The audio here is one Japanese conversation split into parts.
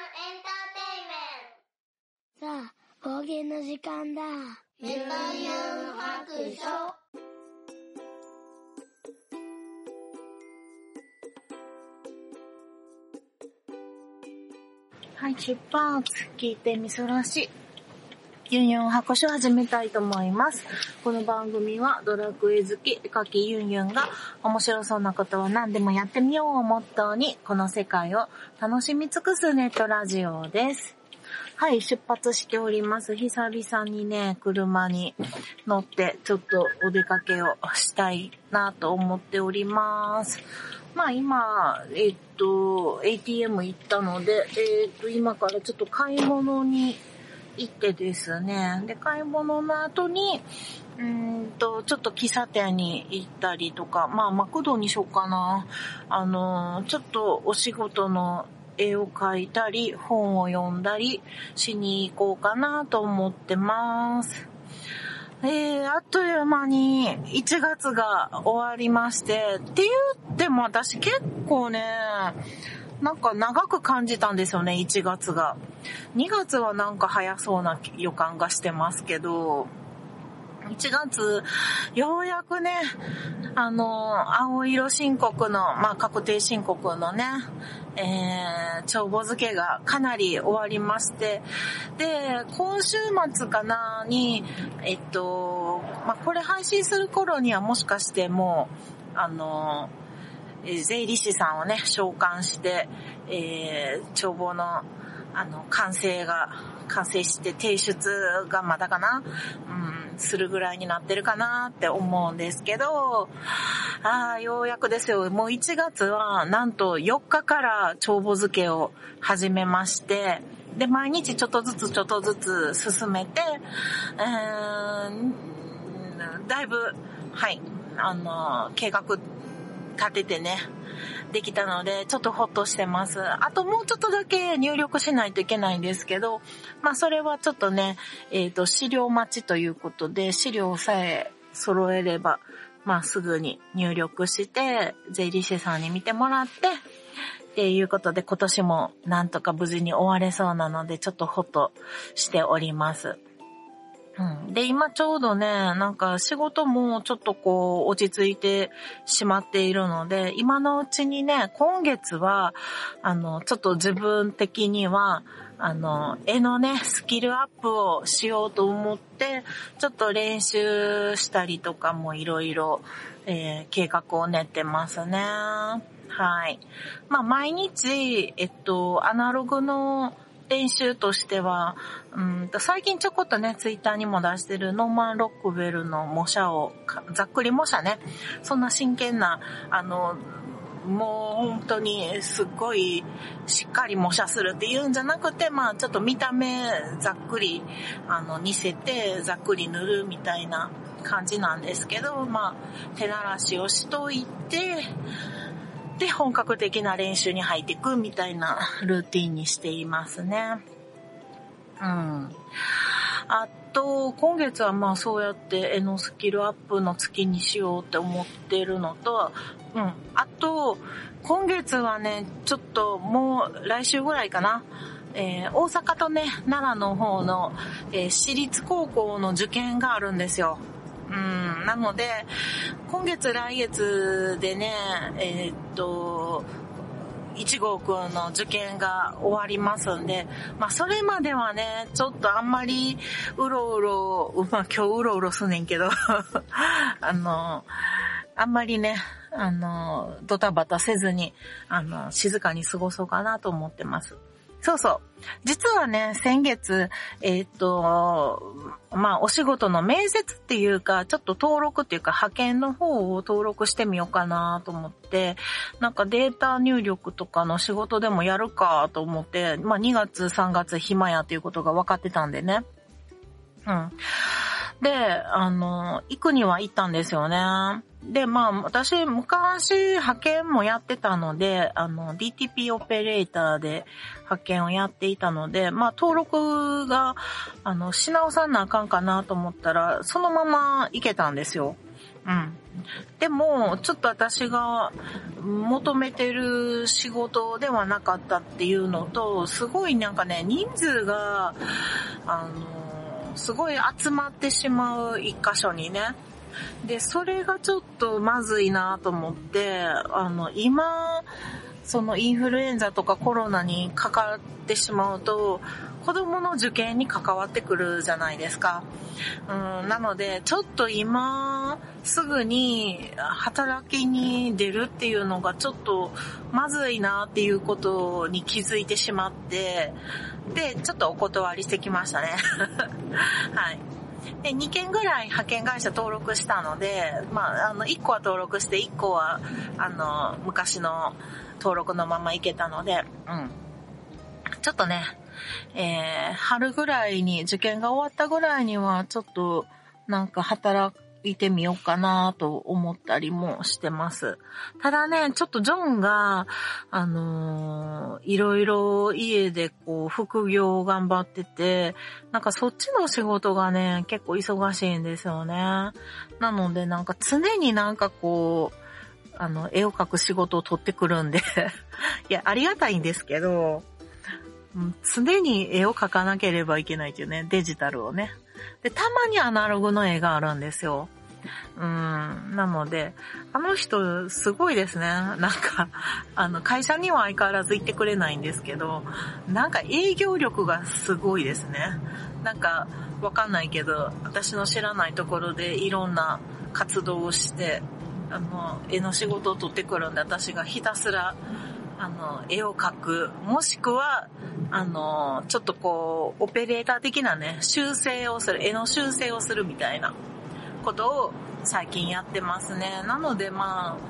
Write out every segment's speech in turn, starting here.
さあ、方言の時間だ。 メタユン白書。 はい、出発。聞いてみそらし。ユンユン白書始めたいと思います。この番組はドラクエ好き、絵描きユンユンが面白そうなことは何でもやってみようをモットーに、この世界を楽しみ尽くすネットラジオです。はい、出発しております。久々にね、車に乗ってちょっとお出かけをしたいなと思っております。まあ今、ATM 行ったので、今からちょっと買い物に行ってですね。で、買い物の後に、ちょっと喫茶店に行ったりとか、まあマクドにしようかな。ちょっとお仕事の絵を描いたり、本を読んだりしに行こうかなと思ってます。あっという間に1月が終わりまして、って言っても私結構ね、なんか長く感じたんですよね、1月が。2月はなんか早そうな予感がしてますけど、1月、ようやくね、青色申告の、まあ、確定申告のね、帳簿付けがかなり終わりまして、で、今週末かなに、まあ、これ配信する頃にはもしかしてもう、税理士さんをね、召喚して、帳簿の、完成して提出がまだかな、するぐらいになってるかなって思うんですけど、ようやくですよ。もう1月はなんと4日から帳簿付けを始めまして、で、毎日ちょっとずつ進めて、だいぶ、はい、計画立ててね、できたので、ちょっとほっとしてます。あともうちょっとだけ入力しないといけないんですけど、まあそれはちょっとね、資料待ちということで、資料さえ揃えれば、まあすぐに入力して、税理士さんに見てもらって、っていうことで今年もなんとか無事に終われそうなので、ちょっとほっとしております。で、今ちょうどね、なんか仕事もちょっとこう落ち着いてしまっているので、今のうちにね、今月は、ちょっと自分的には、絵のね、スキルアップをしようと思って、ちょっと練習したりとかもいろいろ、計画を練ってますね。はい。まあ、毎日、アナログの練習としては、最近ちょこっとね、ツイッターにも出してるノーマン・ロックウェルの模写を、ざっくり模写ね、そんな真剣な、もう本当にすっごいしっかり模写するっていうんじゃなくて、まあちょっと見た目ざっくり、似せてざっくり塗るみたいな感じなんですけど、まあ手慣らしをしといて、で、本格的な練習に入っていくみたいなルーティンにしていますね。あと、今月はまあそうやって絵のスキルアップの月にしようって思ってるのと、あと、今月はね、ちょっともう来週ぐらいかな、大阪とね、奈良の方の、私立高校の受験があるんですよ。なので、今月来月でね、1号くんの受験が終わりますんで、まあそれまではね、ちょっとあんまりまあ今日うろうろすんねんけど、あんまりね、ドタバタせずに、静かに過ごそうかなと思ってます。そうそう。実はね、先月、まあ、お仕事の面接っていうか、ちょっと登録っていうか、派遣の方を登録してみようかなと思って、なんかデータ入力とかの仕事でもやるかと思って、まあ、2月、3月暇やということが分かってたんでね。で、行くには行ったんですよね。で、まあ、私、昔、派遣もやってたので、DTP オペレーターで派遣をやっていたので、まあ、登録が、し直さなあかんかなと思ったら、そのまま行けたんですよ。 でも、ちょっと私が求めてる仕事ではなかったっていうのと、すごいなんかね、人数が、すごい集まってしまう一箇所にね。で、それがちょっとまずいなと思って、今、そのインフルエンザとかコロナにかかってしまうと、子供の受験に関わってくるじゃないですか。なので、ちょっと今すぐに働きに出るっていうのがちょっとまずいなっていうことに気づいてしまって、で、ちょっとお断りしてきましたね。はい。で、2件ぐらい派遣会社登録したので、1個は登録して1個は、昔の登録のままいけたので、ちょっとね、春ぐらいに、受験が終わったぐらいには、ちょっと、なんか働いてみようかなと思ったりもしてます。ただね、ちょっとジョンが、いろいろ家でこう、副業を頑張ってて、なんかそっちの仕事がね、結構忙しいんですよね。なのでなんか常になんかこう、絵を描く仕事を取ってくるんで、いや、ありがたいんですけど、常に絵を描かなければいけないっていうね、デジタルをね。で、たまにアナログの絵があるんですよ。なので、あの人すごいですね。なんか、会社には相変わらず行ってくれないんですけど、なんか営業力がすごいですね。なんか、わかんないけど、私の知らないところでいろんな活動をして、絵の仕事を取ってくるんで、私がひたすら、絵を描く、もしくは、ちょっとこう、オペレーター的なね、修正をする、絵の修正をするみたいなことを最近やってますね。なので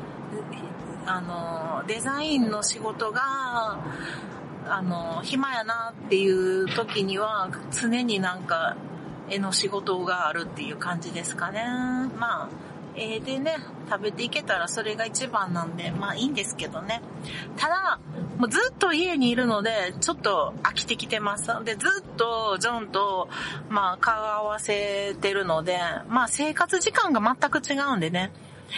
デザインの仕事が、暇やなっていう時には、常になんか、絵の仕事があるっていう感じですかね。絵でね、食べていけたらそれが一番なんで、いいんですけどね。ただ、もうずっと家にいるので、ちょっと飽きてきてます。で、ずっとジョンと、顔合わせてるので、生活時間が全く違うんでね、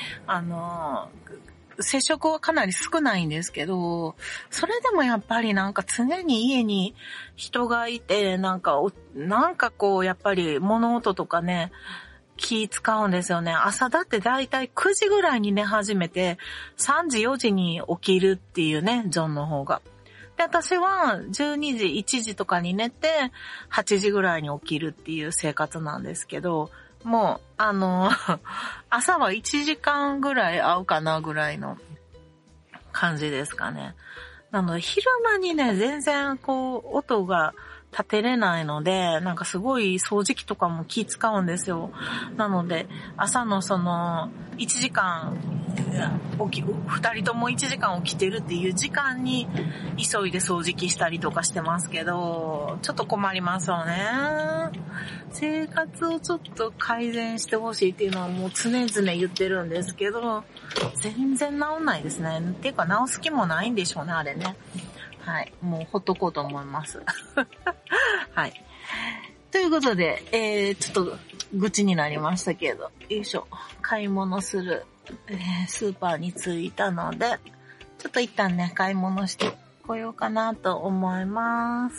接触はかなり少ないんですけど、それでもやっぱりなんか常に家に人がいて、なんかこう、やっぱり物音とかね、気使うんですよね。朝だってだいたい9時ぐらいに寝始めて、3時4時に起きるっていうね、ジョンの方が。で、私は12時1時とかに寝て、8時ぐらいに起きるっていう生活なんですけど、もう、朝は1時間ぐらい会うかなぐらいの感じですかね。なので、昼間にね、全然こう、音が立てれないので、なんかすごい掃除機とかも気使うんですよ。なので、朝のその、1時間、2人とも1時間起きてるっていう時間に急いで掃除機したりとかしてますけど、ちょっと困りますよね。生活をちょっと改善してほしいっていうのはもう常々言ってるんですけど、全然治んないですね。っていうか治す気もないんでしょうね、あれね。はい。もうほっとこうと思います。はい。ということで、ちょっと愚痴になりましたけど、よいしょ。買い物する、スーパーに着いたので、ちょっと一旦ね、買い物してこようかなと思います。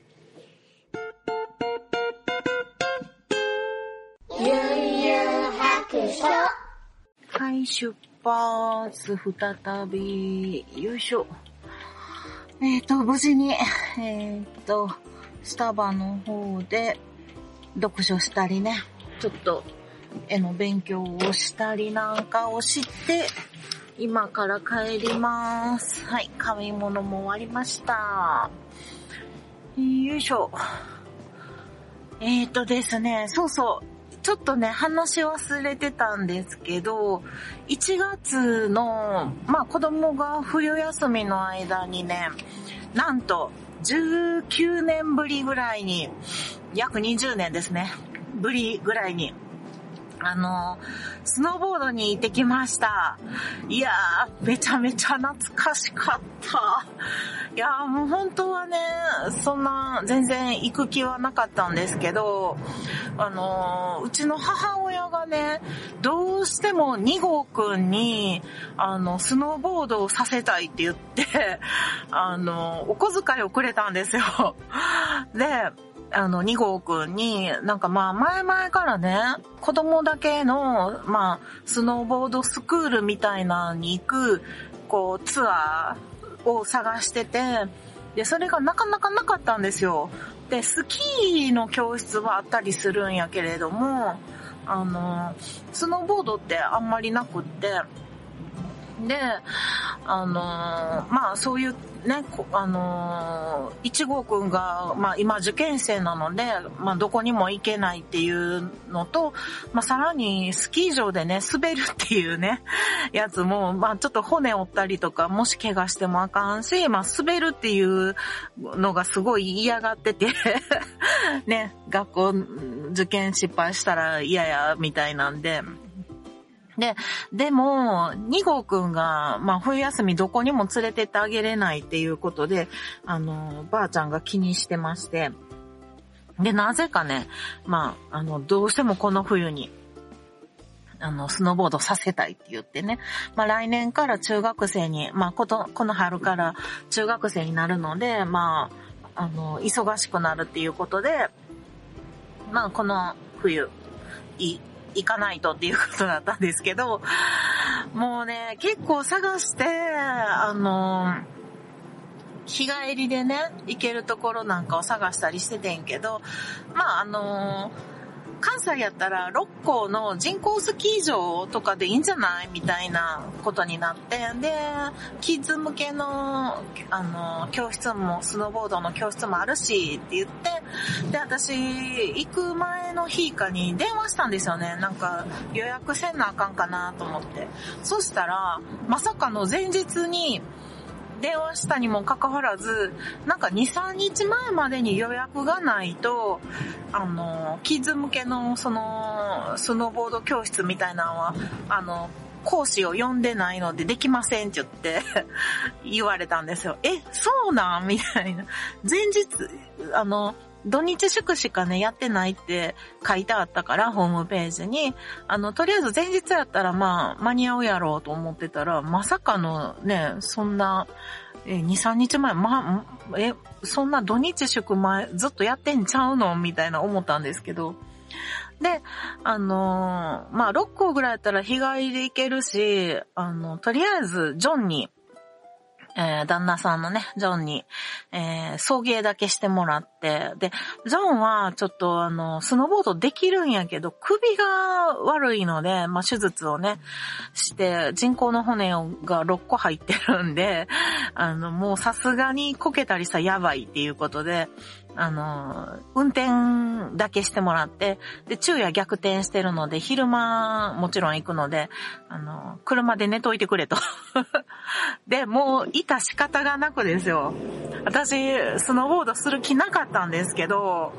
ゆんゆん白書。 はい、出発、再び、よいしょ。無事に、スタバの方で読書したりね、ちょっと絵の勉強をしたりなんかをして、今から帰ります。はい、買い物も終わりました。よいしょ。ですね、そうそう。ちょっとね、話し忘れてたんですけど、1月の、子供が冬休みの間にね、なんと19年ぶりぐらいに、約20年ですね、ぶりぐらいに、 スノーボードに行ってきました。いやー、めちゃめちゃ懐かしかった。いやー、もう本当はね、そんな全然行く気はなかったんですけど、うちの母親がね、どうしても2号くんに、スノーボードをさせたいって言って、お小遣いをくれたんですよ。で、2号くんに、なんかまあ前々からね、子供だけの、まあ、スノーボードスクールみたいなのに行く、こう、ツアーを探してて、で、それがなかなかなかったんですよ。で、スキーの教室はあったりするんやけれども、スノーボードってあんまりなくって、で、まあそういうね、1号くんが、まあ今受験生なので、まあどこにも行けないっていうのと、まあさらにスキー場でね、滑るっていうね、やつも、まあちょっと骨折ったりとか、もし怪我してもあかんし、まあ滑るっていうのがすごい嫌がってて、ね、学校受験失敗したら嫌や、みたいなんで、でも、2号くんが、まあ、冬休みどこにも連れてってあげれないっていうことで、ばあちゃんが気にしてまして。で、なぜかね、まあ、どうしてもこの冬に、スノーボードさせたいって言ってね。まあ、来年から中学生に、まあ、この春から中学生になるので、まあ、忙しくなるっていうことで、まあ、この冬、行かないとっていうことだったんですけど、もうね、結構探して、日帰りでね、行けるところなんかを探したりしててんけど、まあ関西やったら六甲の人工スキー場とかでいいんじゃないみたいなことになって、で、キッズ向けの、教室も、スノーボードの教室もあるしって言って、で、私、行く前の日かに電話したんですよね。なんか、予約せんなあかんかなと思って。そしたら、まさかの前日に、電話したにもかかわらず、なんか2、3日前までに予約がないと、キッズ向けのその、スノーボード教室みたいなのは、講師を呼んでないのでできませんって言って言われたんですよ。そうなんみたいな。前日、土日祝しかね、やってないって書いてあったから、ホームページに。とりあえず前日やったらまあ、間に合うやろうと思ってたら、まさかのね、そんな、2、3日前、そんな土日祝前、ずっとやってんちゃうのみたいな思ったんですけど。で、まあ、6校ぐらいやったら日帰りで行けるし、とりあえず、ジョンに、旦那さんのね、ジョンに、送迎だけしてもらって、で、ジョンはちょっとスノーボードできるんやけど、首が悪いので、まあ、手術をね、して、人工の骨が6個入ってるんで、もうさすがにこけたりしたらやばいっていうことで、運転だけしてもらって、で、昼夜逆転してるので、昼間もちろん行くので、車で寝といてくれと。で、もう、いた仕方がなくですよ。私、スノーボードする気なかったんですけど、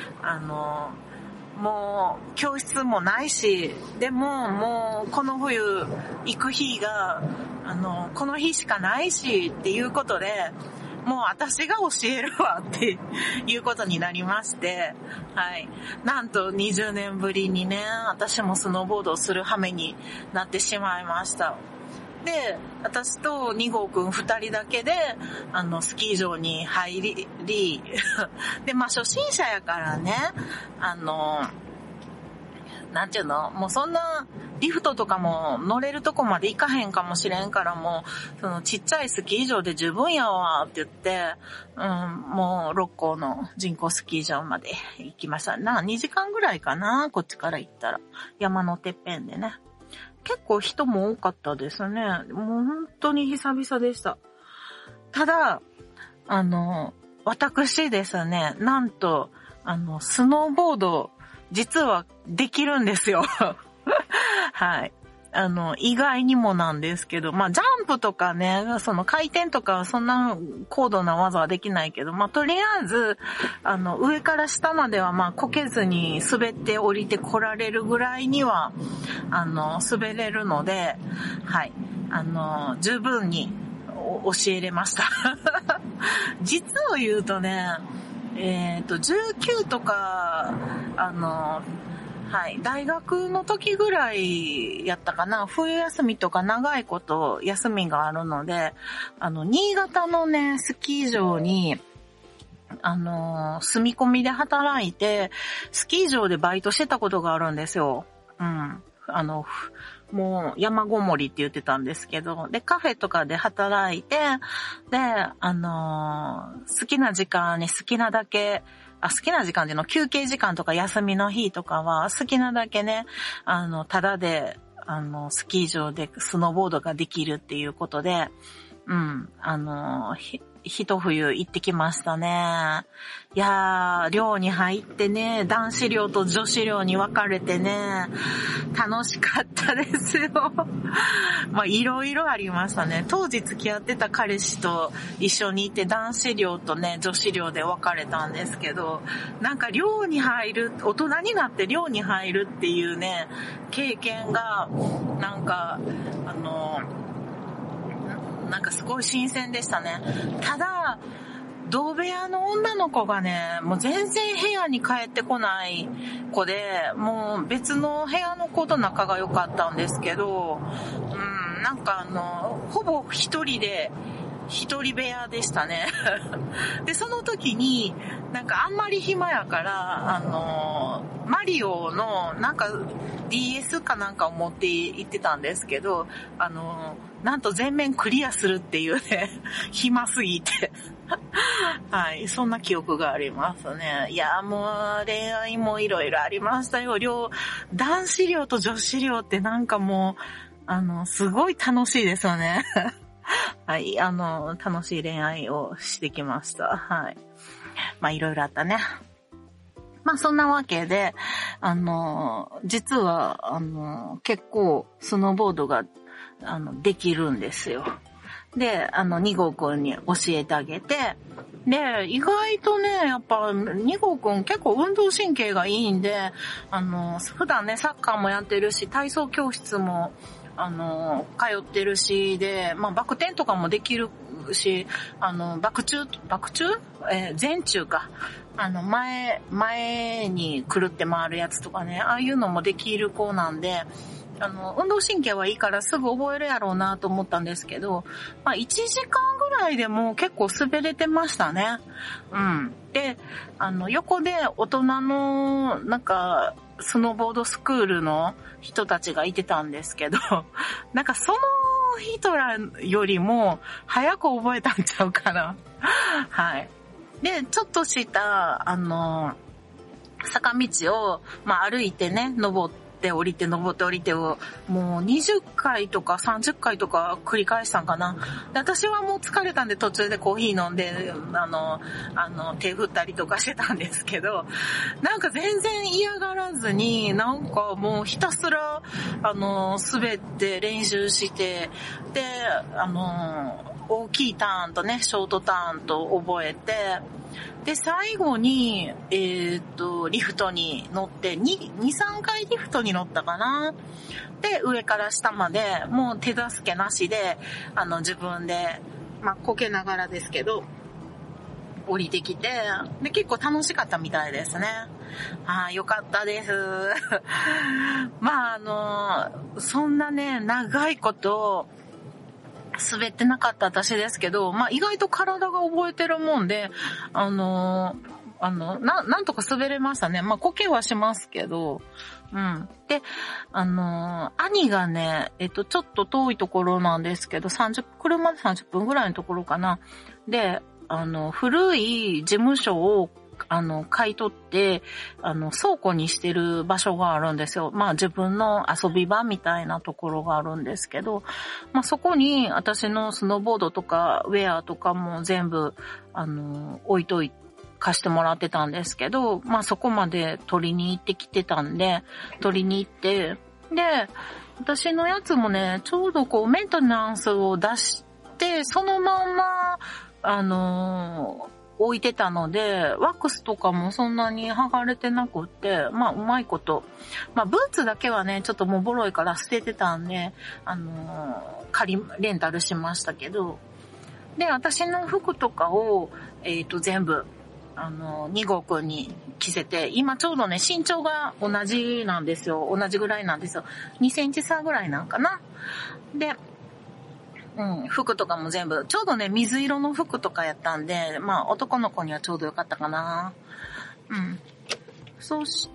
もう、教室もないし、でも、もう、この冬、行く日が、この日しかないし、っていうことで、もう私が教えるわっていうことになりまして、はい。なんと20年ぶりにね、私もスノーボードをする羽目になってしまいました。で、私と2号くん2人だけで、スキー場に入り、で、まあ初心者やからね、なんていうの、もうそんなリフトとかも乗れるとこまで行かへんかもしれんからもう、そのちっちゃいスキー場で十分やわって言って、もう六甲の人工スキー場まで行きました。2時間ぐらいかな、こっちから行ったら。山のてっぺんでね。結構人も多かったですね。もう本当に久々でした。ただ、私ですね、なんと、スノーボード、実はできるんですよ。はい。 意外にもなんですけど、ジャンプとかね、その回転とかそんな高度な技はできないけど、とりあえず、上から下まではこけずに滑って降りて来られるぐらいには、滑れるので、はい、十分に教えれました。実を言うとね、19とか、はい、大学の時ぐらいやったかな、冬休みとか長いこと休みがあるので、新潟のね、スキー場に、住み込みで働いて、スキー場でバイトしてたことがあるんですよ。うん。もう山ごもりって言ってたんですけど、で、カフェとかで働いて、で、好きな時間に好きなだけ、好きな時間での休憩時間とか休みの日とかは好きなだけね、ただで、スキー場でスノーボードができるっていうことで、うん、一冬行ってきましたね。いやー、寮に入ってね、男子寮と女子寮に分かれてね、楽しかったですよ。いろいろありましたね。当時付き合ってた彼氏と一緒にいて男子寮とね、女子寮で分かれたんですけど、なんか寮に入る、大人になって寮に入るっていうね、経験が、なんかすごい新鮮でしたね。ただ、同部屋の女の子がね、もう全然部屋に帰ってこない子で、もう別の部屋の子と仲が良かったんですけど、ほぼ一人部屋でしたね。で、その時に、あんまり暇やから、マリオのDS かなんかを持って行ってたんですけど、なんと全面クリアするっていうね、暇すぎて。はい、そんな記憶がありますね。いや、もう恋愛もいろいろありましたよ。男子寮と女子寮ってもう、すごい楽しいですよね。はい、楽しい恋愛をしてきました。はい。いろいろあったね。そんなわけで、実は、結構、スノーボードが、できるんですよ。で、2号くんに教えてあげて、で、意外とね、やっぱ、2号くん結構運動神経がいいんで、普段ね、サッカーもやってるし、体操教室も、通ってるし、で、バク転とかもできるし、前中か。前にくるって回るやつとかね、ああいうのもできる子なんで、運動神経はいいからすぐ覚えるやろうなと思ったんですけど、1時間ぐらいでも結構滑れてましたね。うん。で、横で大人の、スノーボードスクールの人たちがいてたんですけど、その人らよりも早く覚えたんちゃうかな。はい。で、ちょっとした、坂道を、歩いてね、登って降りて登って降りてを、もう20回とか30回とか繰り返したんかな。で、私はもう疲れたんで途中でコーヒー飲んで、手振ったりとかしてたんですけど、全然嫌がらずに、もうひたすら、滑って練習して、で、大きいターンとね、ショートターンと覚えて、で、最後に、リフトに乗って、2、3回リフトに乗ったかな。で、上から下まで、もう手助けなしで、自分で、こけながらですけど、降りてきて、で、結構楽しかったみたいですね。よかったです。そんなね、長いこと、滑ってなかった私ですけど、意外と体が覚えてるもんで、なんとか滑れましたね。こけはしますけど、うん。で、兄がね、ちょっと遠いところなんですけど、車で30分ぐらいのところかな。で、古い事務所を買い取って、倉庫にしてる場所があるんですよ。自分の遊び場みたいなところがあるんですけど、そこに私のスノーボードとかウェアとかも全部、貸してもらってたんですけど、そこまで取りに行ってきてたんで、取りに行って、で、 私のやつもね、ちょうどこうメンテナンスを出して、そのまんま、置いてたので、ワックスとかもそんなに剥がれてなくって、まあ、うまいこと。まあ、ブーツだけはね、ちょっともうボロいから捨ててたんで、レンタルしましたけど、で、私の服とかを、全部、2号くんに着せて、今ちょうどね、身長が同じなんですよ。同じぐらいなんですよ。2センチ差ぐらいなんかな。で、服とかも全部、ちょうどね、水色の服とかやったんで、まあ、男の子にはちょうどよかったかな。そして、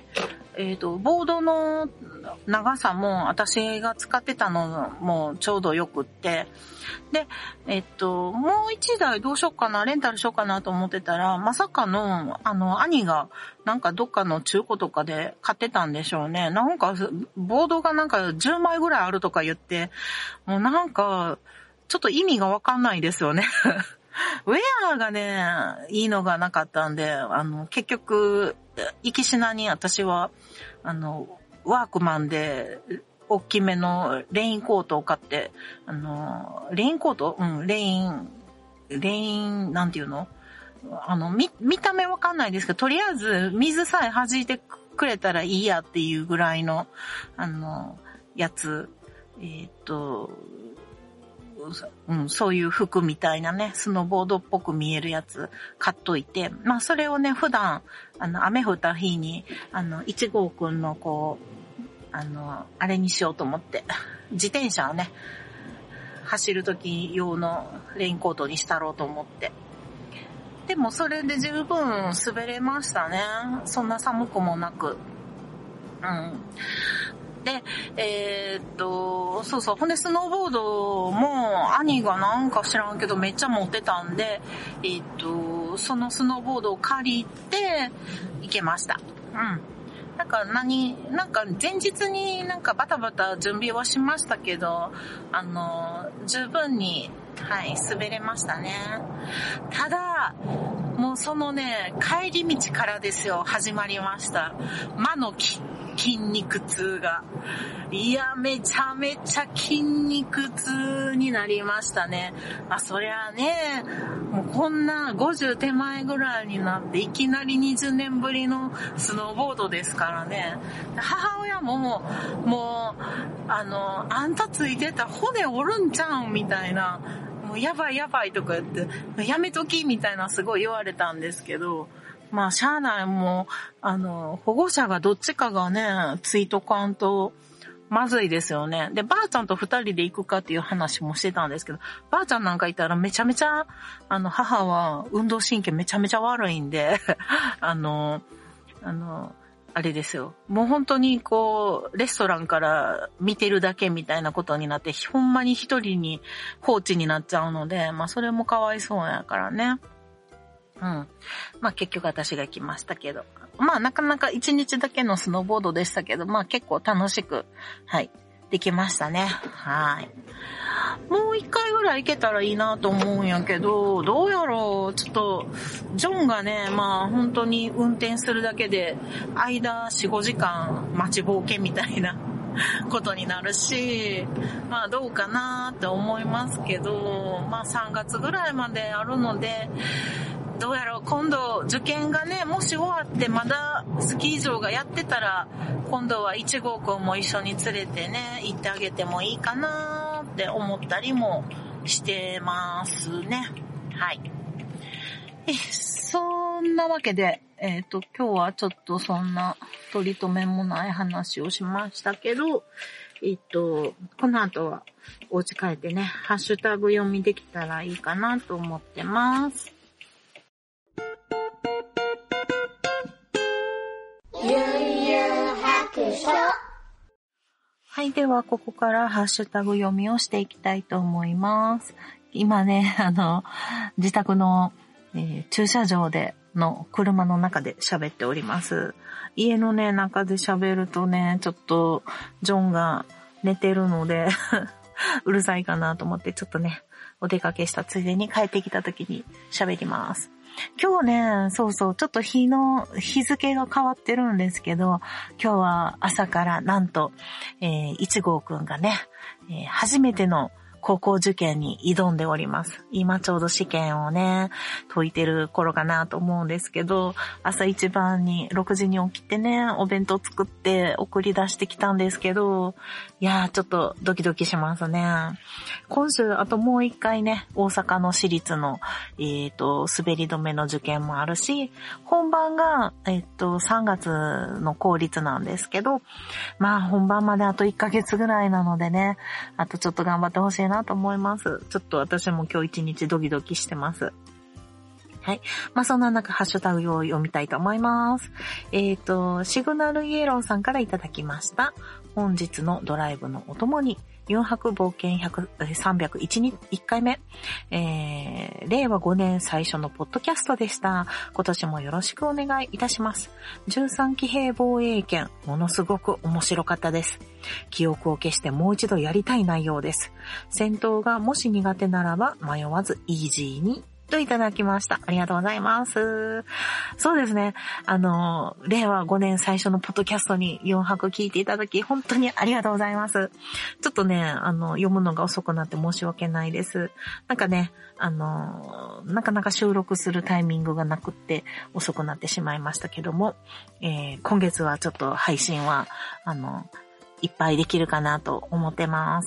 ボードの長さも私が使ってたのもちょうどよくって、で、もう一台どうしようかな、レンタルしようかなと思ってたら、まさかの、兄がなんかどっかの中古とかで買ってたんでしょうね。なんか、ボードがなんか10枚ぐらいあるとか言って、もうなんか、ちょっと意味がわかんないですよね。ウェアがね、いいのがなかったんで、結局、行きしなに私は、ワークマンで、大きめのレインコートを買って、レインコート？レイン、なんていうの？見た目わかんないですけど、とりあえず水さえ弾いてくれたらいいやっていうぐらいの、やつ、そういう服みたいなね、スノーボードっぽく見えるやつ買っといて、まあそれをね、普段、雨降った日に、1号くんのこう、あれにしようと思って、自転車をね、走る時用のレインコートにしたろうと思って。でもそれで十分滑れましたね。そんな寒くもなく。で、そうそう。ほんで、スノーボードも、兄がなんか知らんけどめっちゃ持ってたんで、そのスノーボードを借りて、行けました。なんか前日になんかバタバタ準備はしましたけど、十分に、滑れましたね。ただ、もうそのね、帰り道からですよ、始まりました。魔の筋肉痛が。いや、めちゃめちゃ筋肉痛になりましたね。そりゃね、もうこんな50手前ぐらいになっていきなり20年ぶりのスノーボードですからね。母親ももう、あんたついてた骨折るんちゃうんみたいな、もうやばいとか言って、やめときみたいなすごい言われたんですけど、まあ、しゃあない、もう、保護者がどっちかがね、ついとかんと、まずいですよね。で、ばあちゃんと2人で行くかっていう話もしてたんですけど、ばあちゃんなんかいたらめちゃめちゃ、母は運動神経めちゃめちゃ悪いんで、あれですよ。もう本当にこう、レストランから見てるだけみたいなことになって、ほんまに一人に放置になっちゃうので、まあそれもかわいそうやからね。まあ結局私が行きましたけど。まあなかなか1日だけのスノーボードでしたけど、まあ結構楽しく、できましたね。もう一回ぐらい行けたらいいなと思うんやけど、どうやろう。ちょっと、ジョンがね、まあ本当に運転するだけで、間4、5時間待ちぼうけみたいなことになるし、まあどうかなって思いますけど、まあ3月ぐらいまであるので、どうやろう、今度受験がね、もし終わってまだスキー場がやってたら、今度は1号くんも一緒に連れてね、行ってあげてもいいかなって思ったりもしてますね。そんなわけで、今日はちょっとそんな取り留めもない話をしましたけど、この後はお家帰ってね、ハッシュタグ読みできたらいいかなと思ってます。はい、ではここからハッシュタグ読みをしていきたいと思います。今ね、自宅の、駐車場での車の中で喋っております。家のね、中で喋るとね、ちょっとジョンが寝てるのでうるさいかなと思って、ちょっとね、お出かけしたついでに帰ってきた時に喋ります。 今日ね、そうそう、ちょっと日付が変わってるんですけど、今日は朝からなんと、1号くんがね、初めての高校受験に挑んでおります。今ちょうど試験をね、解いてる頃かなと思うんですけど、朝一番に6時に起きてね、お弁当作って送り出してきたんですけど、いやーちょっとドキドキしますね。今週あともう一回ね、大阪の私立の、滑り止めの受験もあるし、本番が、3月の公立なんですけど、まあ本番まであと1ヶ月ぐらいなのでね、あとちょっと頑張ってほしいなと思います。ちょっと私も今日一日ドキドキしてます。はい。まあ、そんな中、ハッシュタグを読みたいと思います。シグナルイエローさんからいただきました。本日のドライブのお供に、4泊冒険301回目、令和5年最初のポッドキャストでした。今年もよろしくお願いいたします。13騎兵防衛権、ものすごく面白かったです。記憶を消してもう一度やりたい内容です。戦闘がもし苦手ならば迷わずイージーにといただきました。ありがとうございます。そうですね。令和5年最初のポッドキャストに4泊聞いていただき、本当にありがとうございます。ちょっとね、読むのが遅くなって申し訳ないです。なんかね、なかなか収録するタイミングがなくって遅くなってしまいましたけども、今月はちょっと配信は、いっぱいできるかなと思ってます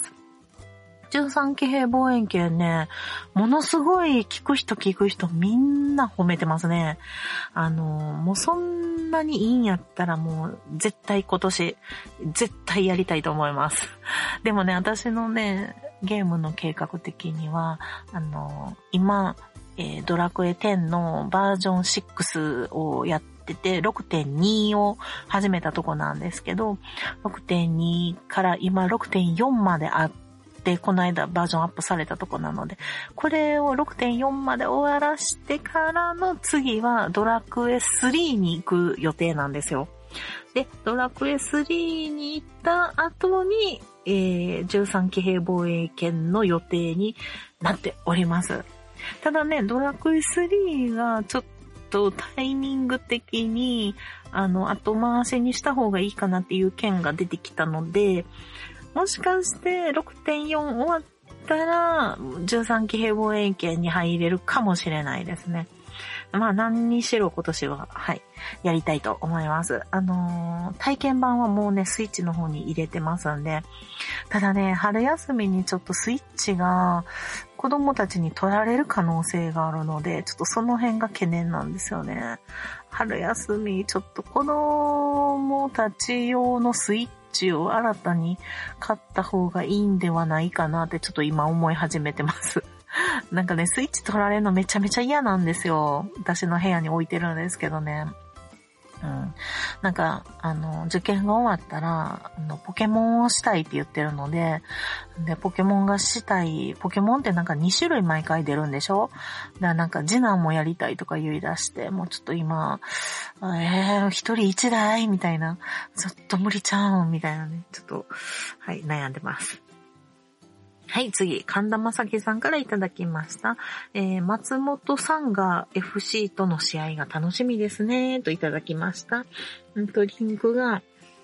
。13騎兵防衛権ね、ものすごい聞く人みんな褒めてますね。もうそんなにいいんやったらもう絶対今年絶対やりたいと思います。でもね、私のね、ゲームの計画的には、今、ドラクエ10のバージョン6をやってて、6.2 を始めたとこなんですけど、6.2 から今 6.4 まであって、この間バージョンアップされたとこなので、これを 6.4 まで終わらしてからの次はドラクエ3に行く予定なんですよ。で、ドラクエ3に行った後に、13騎兵防衛権の予定になっております。ただね、ドラクエ3がちょっとタイミング的に、後回しにした方がいいかなっていう件が出てきたので、もしかして 6.4 終わったら13騎兵防衛権に入れるかもしれないですね。まあ何にしろ今年は、はい、やりたいと思います。体験版はもうね、スイッチの方に入れてますんで、ただね、春休みにちょっとスイッチが子供たちに取られる可能性があるので、ちょっとその辺が懸念なんですよね。春休み、ちょっと子供たち用のスイッチを新たに買った方がいいんではないかなってちょっと今思い始めてます。なんかね、スイッチ取られるのめちゃめちゃ嫌なんですよ。私の部屋に置いてるんですけどね。なんか、受験が終わったら、ポケモンをしたいって言ってるので、ポケモンがしたい、ポケモンってなんか2種類毎回出るんでしょ？だからなんか次男もやりたいとか言い出して、もうちょっと今、一人一台みたいな、ちょっと無理ちゃうんみたいなね、ちょっと、はい、悩んでます。はい、次、神田正輝さんからいただきました。松本さんが FC との試合が楽しみですね、といただきました。リンクが、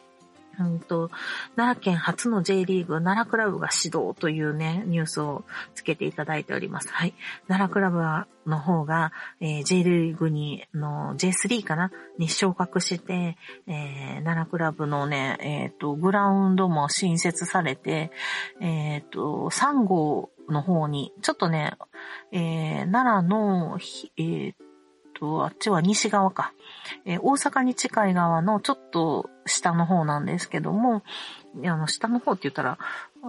奈良県初の J リーグ奈良クラブが始動というね、ニュースをつけていただいております。はい。奈良クラブの方が、J リーグに、J3 かなに昇格して、奈良クラブのね、グラウンドも新設されて、3号の方に、ちょっとね、奈良の、あっちは西側か。大阪に近い側のちょっと下の方なんですけども、下の方って言ったら、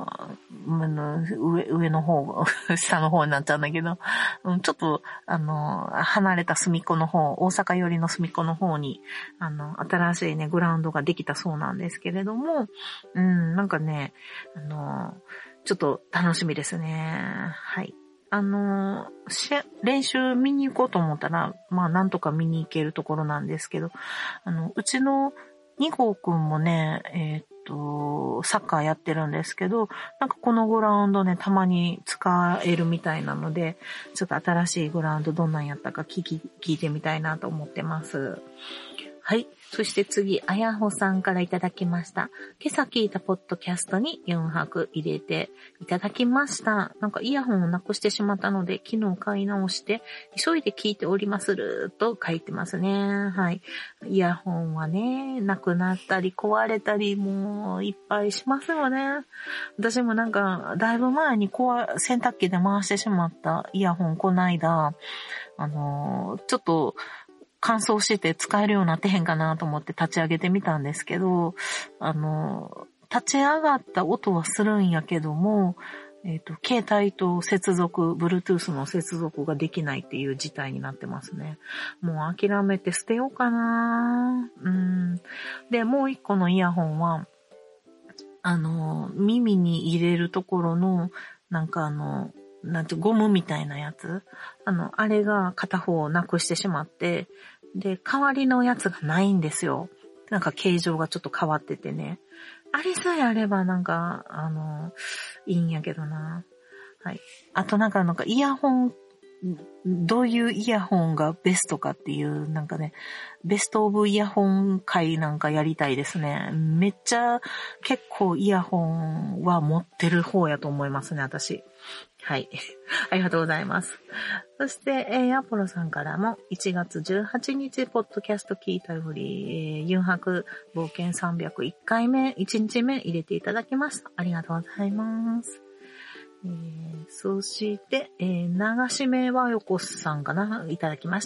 上の方、下の方になっちゃうんだけど、ちょっと、離れた隅っこの方、大阪寄りの隅っこの方に、新しいね、グラウンドができたそうなんですけれども、なんかね、ちょっと楽しみですね。はい。練習見に行こうと思ったら、まあなんとか見に行けるところなんですけど、うちの 2号くんもね、サッカーやってるんですけど、なんかこのグラウンドね、たまに使えるみたいなので、ちょっと新しいグラウンドどんなんやったか聞いてみたいなと思ってます。はい。そして次、あやほさんからいただきました。今朝聞いたポッドキャストに4泊入れていただきました。なんかイヤホンをなくしてしまったので、昨日買い直して、急いで聞いておりますると書いてますね。はい。イヤホンはね、なくなったり壊れたりもういっぱいしますよね。私もなんか、だいぶ前に洗濯機で回してしまったイヤホンこないだ、ちょっと、乾燥して使えるようになってへんかなと思って立ち上げてみたんですけど、立ち上がった音はするんやけども、携帯とBluetooth の接続ができないっていう事態になってますね。もう諦めて捨てようかな。で、もう一個のイヤホンは、耳に入れるところの、なんかゴムみたいなやつ。あれが片方なくしてしまって、で、代わりのやつがないんですよ。なんか形状がちょっと変わっててね。あれさえあればなんか、いいんやけどな。はい。あとなんかイヤホン、どういうイヤホンがベストかっていう、なんかね、ベストオブイヤホン会なんかやりたいですね。めっちゃ結構イヤホンは持ってる方やと思いますね、私。はい。ありがとうございます。そして、アポロさんからも1月18日ポッドキャスト聞いたより、ユンハク冒険301回目、1日目入れていただきました。ありがとうございます。そして、流し目はよこさんかな、いただきました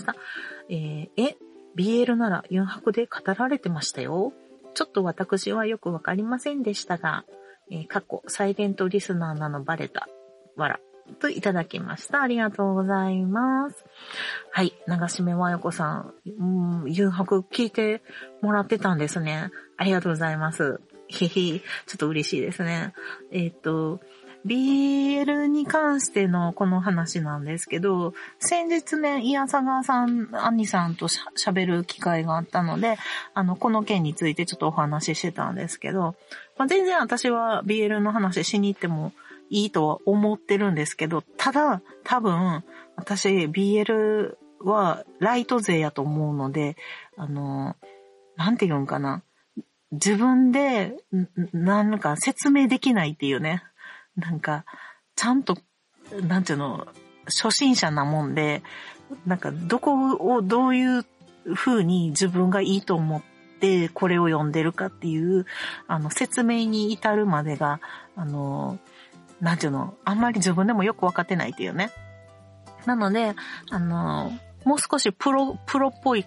。BL ならユンハクで語られてましたよ。ちょっと私はよくわかりませんでしたが、サイレントリスナーなのバレた。わら。といただきました。ありがとうございます。はい。流し目はよこさん。ユンハク聞いてもらってたんですね。ありがとうございます。ちょっと嬉しいですね。BL に関してのこの話なんですけど、先日ね、イヤサガさん、アンニさんと喋る機会があったので、この件についてちょっとお話ししてたんですけど、全然私は BL の話しに行ってもいいとは思ってるんですけど、ただ、多分、私 BL はライト勢やと思うので、なんて言うんかな。自分で、なんか説明できないっていうね。なんか、ちゃんと、なんていうの、初心者なもんで、なんか、どこをどういう風に自分がいいと思ってこれを読んでるかっていう、説明に至るまでが、なんていうの、あんまり自分でもよくわかってないっていうね。なので、もう少しプロっぽい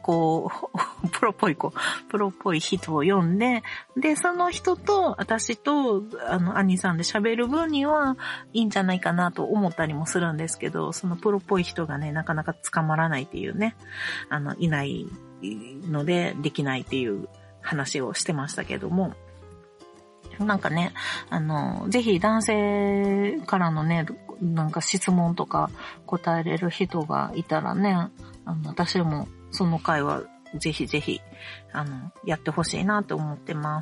人を読んで、で、その人と、私と、アニさんで喋る分にはいいんじゃないかなと思ったりもするんですけど、そのプロっぽい人がね、なかなか捕まらないっていうね、いないので、できないっていう話をしてましたけども、なんかね、ぜひ男性からのね、なんか質問とか答えれる人がいたらね、私もその回はぜひぜひ、やってほしいなと思ってます。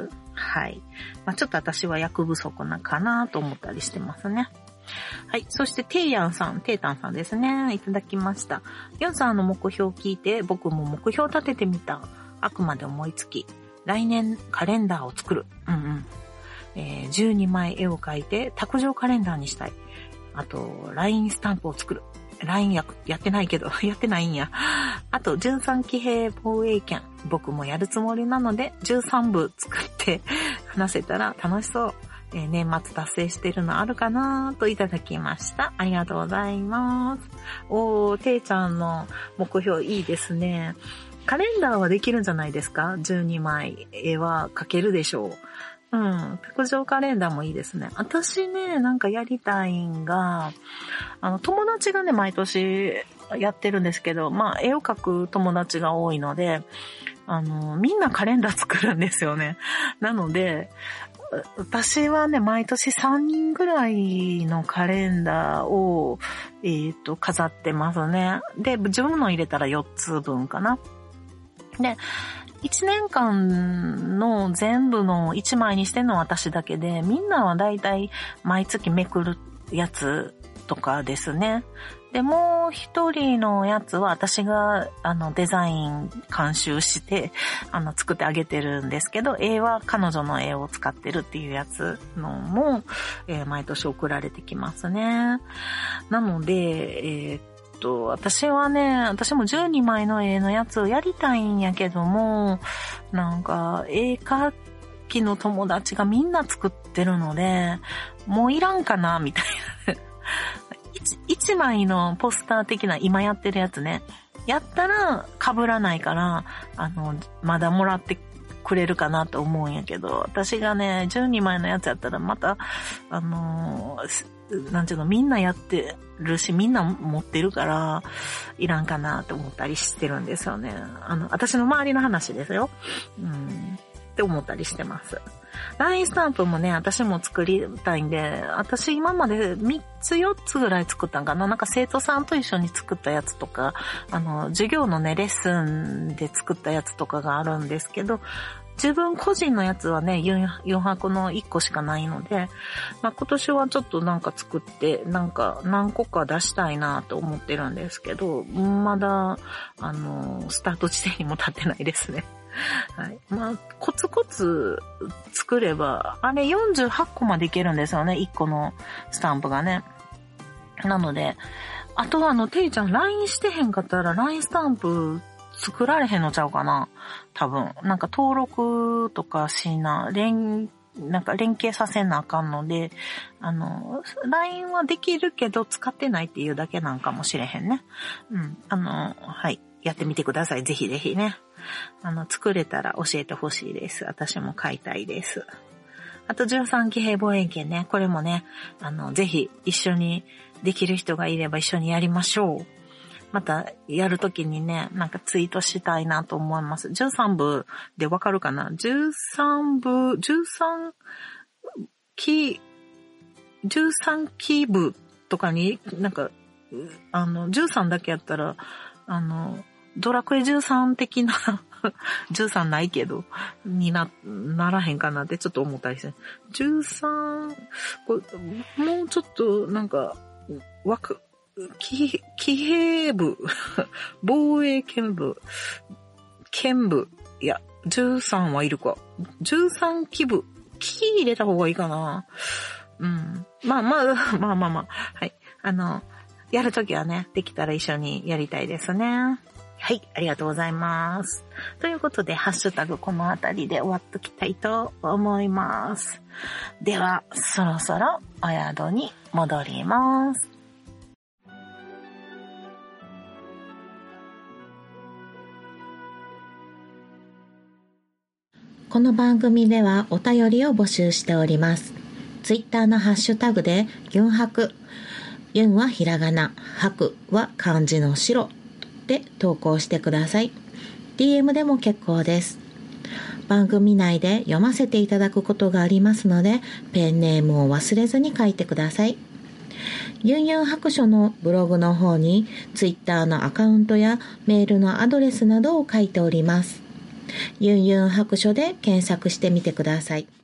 はい。ちょっと私は役不足なかなと思ったりしてますね。はい。そして、テイタンさんですね。いただきました。ヨンさんの目標を聞いて、僕も目標立ててみた。あくまで思いつき。来年カレンダーを作る。12枚絵を描いて卓上カレンダーにしたい。あと、LINE スタンプを作る。LINE やってないけど、やってないんや。あと、13騎兵防衛権。僕もやるつもりなので、13部作って話せたら楽しそう。年末達成してるのあるかなといただきました。ありがとうございます。ていちゃんの目標いいですね。カレンダーはできるんじゃないですか ?12 枚絵は描けるでしょう。卓上カレンダーもいいですね。私ね、なんかやりたいんが、友達がね、毎年やってるんですけど、絵を描く友達が多いので、みんなカレンダー作るんですよね。なので、私はね、毎年3人ぐらいのカレンダーを、飾ってますね。で、自分の入れたら4つ分かな。 で、1年間の全部の1枚にしてるのは私だけで、みんなはだいたい毎月めくるやつとかですね。で、もう一人のやつは私がデザイン監修して作ってあげてるんですけど、絵は彼女の絵を使ってるっていうやつのも、毎年送られてきますね。なので、私も12枚の絵のやつをやりたいんやけども、なんか絵描きの友達がみんな作ってるので、もういらんかなみたいな。1枚のポスター的な今やってるやつね。やったら被らないから、まだもらってくれるかなと思うんやけど、私がね、12枚のやつやったらまた、なんていうの、みんなやってるし、みんな持ってるから、いらんかなと思ったりしてるんですよね。私の周りの話ですよ。って思ったりしてます。ラインスタンプもね、私も作りたいんで、私今まで3つ4つぐらい作ったんかな。なんか生徒さんと一緒に作ったやつとか、授業のね、レッスンで作ったやつとかがあるんですけど、自分個人のやつはね、4箱の1個しかないので、今年はちょっとなんか作って、なんか何個か出したいなと思ってるんですけど、まだ、スタート地点にも立ってないですね。はい。コツコツ作れば、あれ48個までいけるんですよね、1個のスタンプがね。なので、あとていちゃん LINE してへんかったら LINE スタンプ作られへんのちゃうかな多分。なんか登録とかなんか連携させなあかんので、LINE はできるけど使ってないっていうだけなんかもしれへんね。はい。やってみてください。ぜひぜひね。作れたら教えてほしいです。私も買いたいです。あと13期平望遠鏡ね。これもね、ぜひ一緒にできる人がいれば一緒にやりましょう。またやるときにね、なんかツイートしたいなと思います。13部でわかるかな ?13 期部とかになんか、13だけやったら、ドラクエ13的な13ないけど、にならへんかなってちょっと思ったりして。13、もうちょっとなんか、騎兵部、防衛剣部、いや、13はいるか。13騎部、騎入れた方がいいかな。まあ。はい。やるときはね、できたら一緒にやりたいですね。はい、ありがとうございます。ということで、ハッシュタグこのあたりで終わっときたいと思います。では、そろそろお宿に戻ります。 この番組ではお便りを募集しております。ツイッターのハッシュタグでギュンハク、ユンはひらがな、ハクは漢字の白で投稿してください。DM でも結構です。番組内で読ませていただくことがありますので、ペンネームを忘れずに書いてください。ユンユン白書のブログの方にツイッターのアカウントやメールのアドレスなどを書いております。ユンユン白書で検索してみてください。